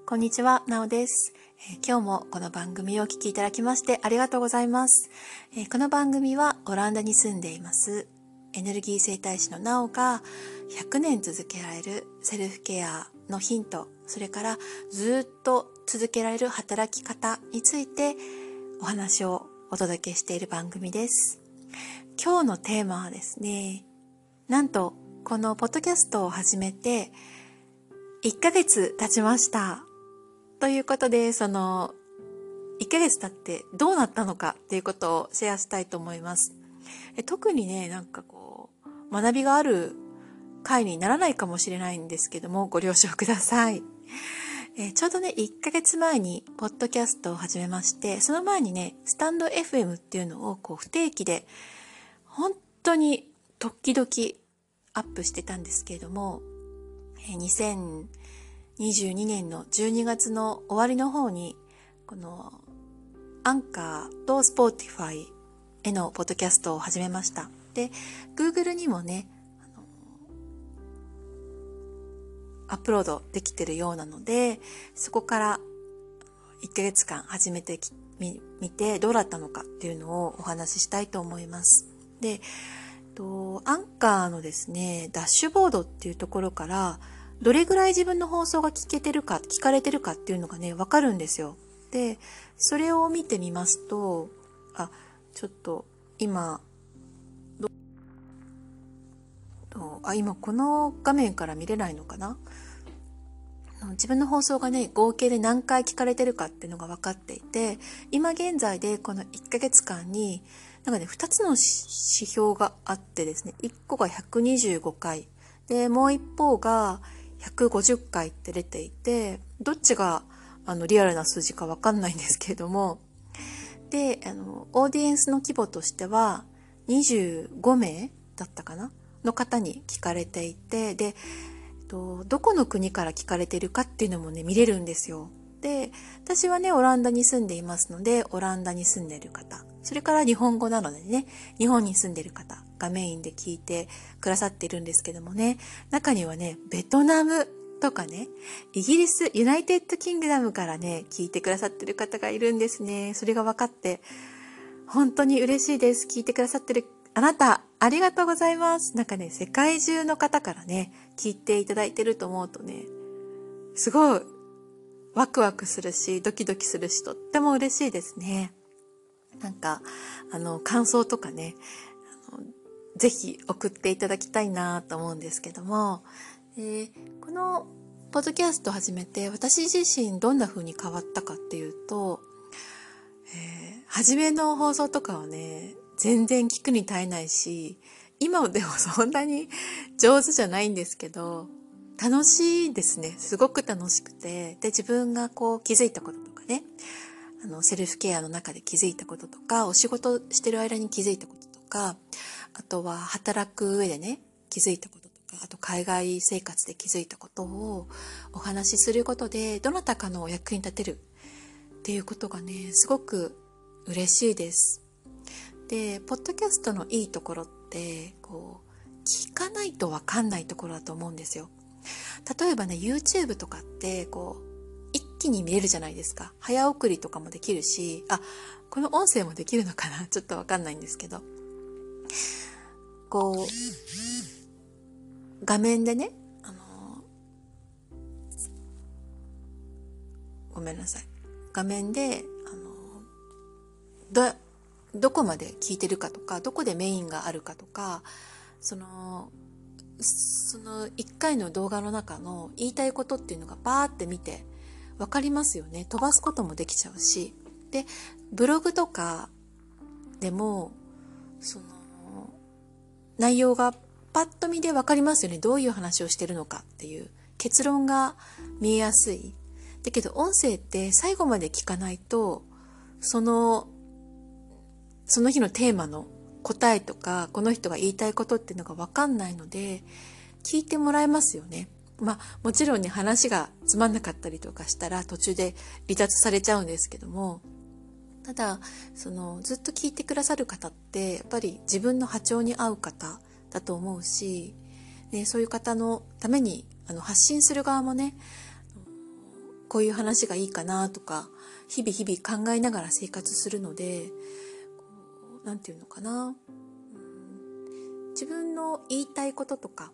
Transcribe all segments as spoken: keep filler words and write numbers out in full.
こんにちは、なおです、えー、今日もこの番組をお聞きいただきましてありがとうございます、えー、この番組はオランダに住んでいますエネルギー整体師のなおがひゃくねん続けられるセルフケアのヒント、それからずっと続けられる働き方についてお話をお届けしている番組です。今日のテーマはですね、なんとこのポッドキャストを始めていっかげつ経ちましたということで、そのいっかげつ経ってどうなったのかっていうことをシェアしたいと思います。え特にね、なんかこう学びがある回にならないかもしれないんですけども、ご了承ください。えちょうどねいっかげつまえにポッドキャストを始めまして、その前にねスタンド エフエム っていうのをこう不定期で本当に時々アップしてたんですけれども、にせんにじゅうにねんのじゅうにがつの終わりの方にこのアンカーとスポーティファイへのポッドキャストを始めました。で Google にもねあのアップロードできてるようなので、そこからいっかげつかん始めてきみ見てどうだったのかっていうのをお話ししたいと思います。でとアンカーのですねダッシュボードっていうところからどれぐらい自分の放送が聞けてるか聞かれてるかっていうのがね分かるんですよ。でそれを見てみますと、あちょっと今どあ今この画面から見れないのかな。自分の放送がね合計で何回聞かれてるかっていうのが分かっていて、今現在でこのいっかげつかんになんかねふたつの指標があってですね、いっこがひゃくにじゅうごかいでもう一方がひゃくごじゅっかいって出ていて、どっちがあのリアルな数字か分かんないんですけれども、であのオーディエンスの規模としてはにじゅうごめいだったかなの方に聞かれていて、でどこの国から聞かれているかっていうのもね見れるんですよ。で私はねオランダに住んでいますので、オランダに住んでいる方、それから日本語なのでね日本に住んでいる方がメインで聞いてくださっているんですけどもね、中にはねベトナムとかねイギリスユナイテッドキングダムからね聞いてくださっている方がいるんですね。それが分かって本当に嬉しいです。聞いてくださってるあなたありがとうございます。なんかね世界中の方からね聞いていただいてると思うとねすごいワクワクするしドキドキするし、とっても嬉しいですね。なんかあの感想とかねあのぜひ送っていただきたいなと思うんですけども、えー、このポッドキャストを始めて私自身どんな風に変わったかっていうと、えー、初めの放送とかはね全然聞くに耐えないし、今でもそんなに上手じゃないんですけど楽しいですね。すごく楽しくて、で自分がこう気づいたこととかね、あのセルフケアの中で気づいたこととか、お仕事してる間に気づいたこととか、あとは働く上でね気づいたこととか、あと海外生活で気づいたことをお話しすることでどなたかのお役に立てるっていうことがねすごく嬉しいです。でポッドキャストのいいところってこう聞かないと分かんないところだと思うんですよ。例えばね YouTube とかってこう一気に見れるじゃないですか。早送りとかもできるし、あこの音声もできるのかなちょっと分かんないんですけど、こう画面でねあのごめんなさい画面であのどどこまで聞いてるかとか、どこでメインがあるかとか、そのそのいっかいの動画の中の言いたいことっていうのがバーって見て分かりますよね。飛ばすこともできちゃうし、でブログとかでもその内容がパッと見で分かりますよね。どういう話をしてるのかっていう結論が見えやすい。だけど音声って最後まで聞かないとそのその日のテーマの答えとかこの人が言いたいことっていうのが分かんないので聞いてもらえますよね。まあもちろんね話がつまんなかったりとかしたら途中で離脱されちゃうんですけども、ただそのずっと聞いてくださる方ってやっぱり自分の波長に合う方だと思うし、ね、そういう方のためにあの発信する側もねこういう話がいいかなとか、日々日々考えながら生活するので、こうなんていうのかな、うん、自分の言いたいこととか、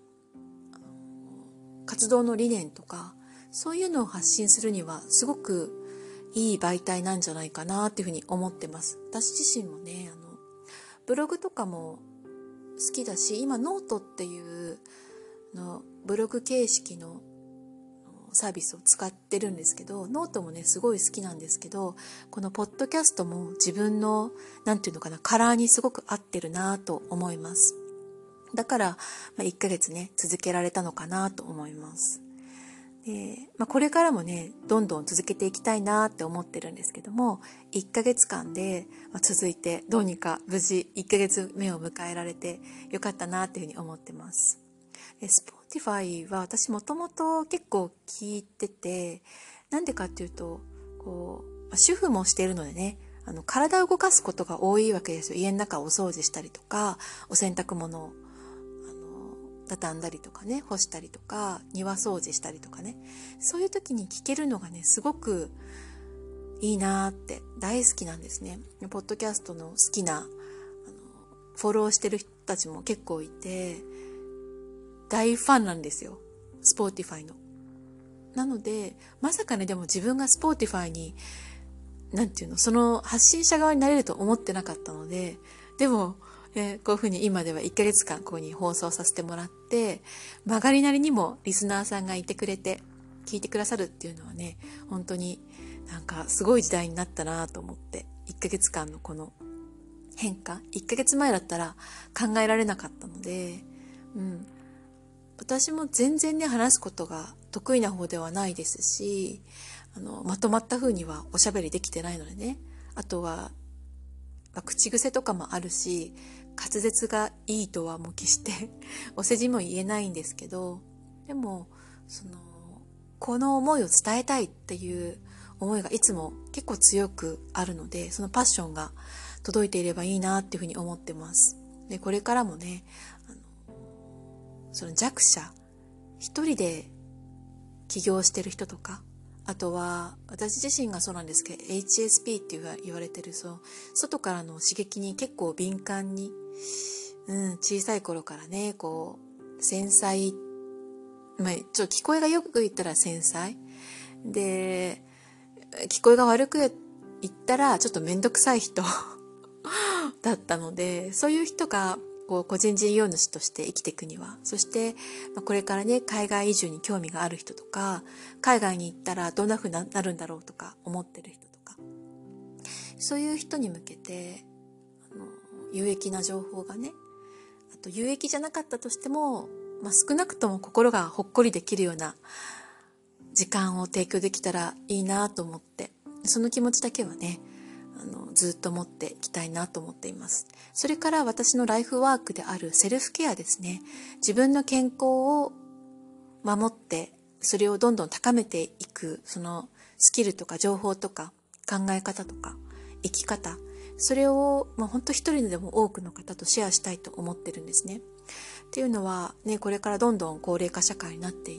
活動の理念とか、そういうのを発信するにはすごくいい媒体なんじゃないかなっていうふうに思ってます。私自身もね、あのブログとかも好きだし、今ノートっていうのブログ形式のサービスを使ってるんですけど、ノートもねすごい好きなんですけど、このポッドキャストも自分のなんていうのかな、カラーにすごく合ってるなと思います。だから、まあ、いっかげつね続けられたのかなと思います。で、まあ、これからもねどんどん続けていきたいなって思ってるんですけども、いっかげつかんで続いてどうにか無事いっかげつめを迎えられてよかったなっていうふうに思ってます。で Spotify は私もともと結構聞いてて、なんでかっていうとこう主婦もしているのでね、あの体を動かすことが多いわけですよ。家の中をお掃除したりとか、お洗濯物を畳んだりとかね、干したりとか、庭掃除したりとかね、そういう時に聞けるのがねすごくいいなーって大好きなんですね。ポッドキャストの好きなあのフォローしてる人たちも結構いて大ファンなんですよ、Spotify の。なのでまさかね、でも自分が Spotify になんていうの、その発信者側になれると思ってなかったので、でもえー、こういうふうに今ではいっかげつかんここに放送させてもらって、曲がりなりにもリスナーさんがいてくれて聞いてくださるっていうのはね、本当になんかすごい時代になったなと思って、いっかげつかんのこの変化、いっかげつまえだったら考えられなかったので、うん、私も全然ね話すことが得意な方ではないですし、あのまとまった風にはおしゃべりできてないのでね、あとは口癖とかもあるし、滑舌がいいとはもう決してお世辞も言えないんですけど、でもそのこの思いを伝えたいっていう思いがいつも結構強くあるので、そのパッションが届いていればいいなっていうふうに思ってます。でこれからもね、あのその弱者一人で起業してる人とか、あとは私自身がそうなんですけど エイチエスピー って言われてる、そう外からの刺激に結構敏感に、うん、小さい頃からねこう繊細、まあ、ちょっと聞こえがよく言ったら繊細で、聞こえが悪く言ったらちょっと面倒くさい人だったので、そういう人がこう個人事業主として生きていくには、そしてこれからね海外移住に興味がある人とか、海外に行ったらどんな風になるんだろうとか思ってる人とか、そういう人に向けてあの有益な情報がね、あと有益じゃなかったとしても、まあ、少なくとも心がほっこりできるような時間を提供できたらいいなと思って、その気持ちだけはねあのずっと持っていきたいなと思っています。それから私のライフワークであるセルフケアですね。自分の健康を守ってそれをどんどん高めていく、そのスキルとか情報とか考え方とか生き方、それをもう本当一人でも多くの方とシェアしたいと思ってるんですね。っていうのはね、これからどんどん高齢化社会になっていって、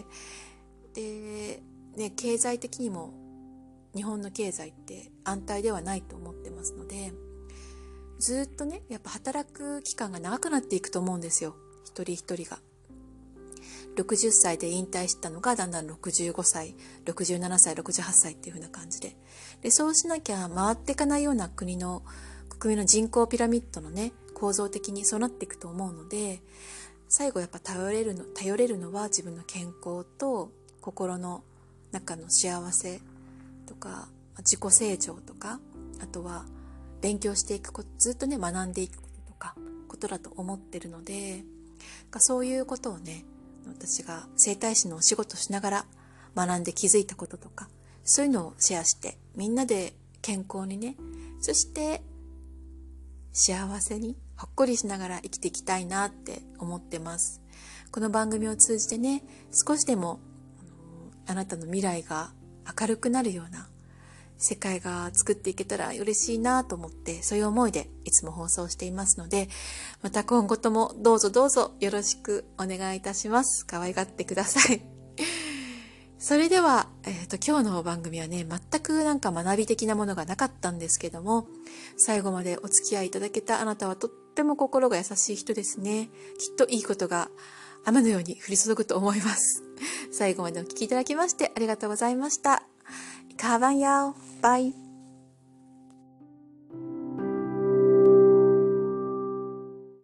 で、ね、経済的にも日本の経済って安泰ではないと思ってますので、ずっとねやっぱ働く期間が長くなっていくと思うんですよ、一人一人が。ろくじゅっさいで引退したのがだんだんろくじゅうごさい、ろくじゅうななさい、ろくじゅうはっさいっていう風な感じで、でそうしなきゃ回っていかないような国の国民の人口ピラミッドのね構造的にそうなっていくと思うので、最後やっぱ頼れるの頼れるのは自分の健康と心の中の幸せとか自己成長とか、あとは勉強していくこと、ずっとね学んでいくこととかことだと思ってるので、そういうことをね私が整体師のお仕事しながら学んで気づいたこととか、そういうのをシェアしてみんなで健康にね、そして幸せにほっこりしながら生きていきたいなって思ってます。この番組を通じてね少しでもあなたの未来が明るくなるような世界が作っていけたら嬉しいなと思って、そういう思いでいつも放送していますので、また今後ともどうぞどうぞよろしくお願いいたします。可愛がってくださいそれでは、えーと、今日の番組はね、全くなんか学び的なものがなかったんですけども、最後までお付き合いいただけたあなたはとっても心が優しい人ですね。きっといいことが雨のように降り注ぐと思います。最後までお聞きいただきましてありがとうございました。カーバンヤオ、バイ。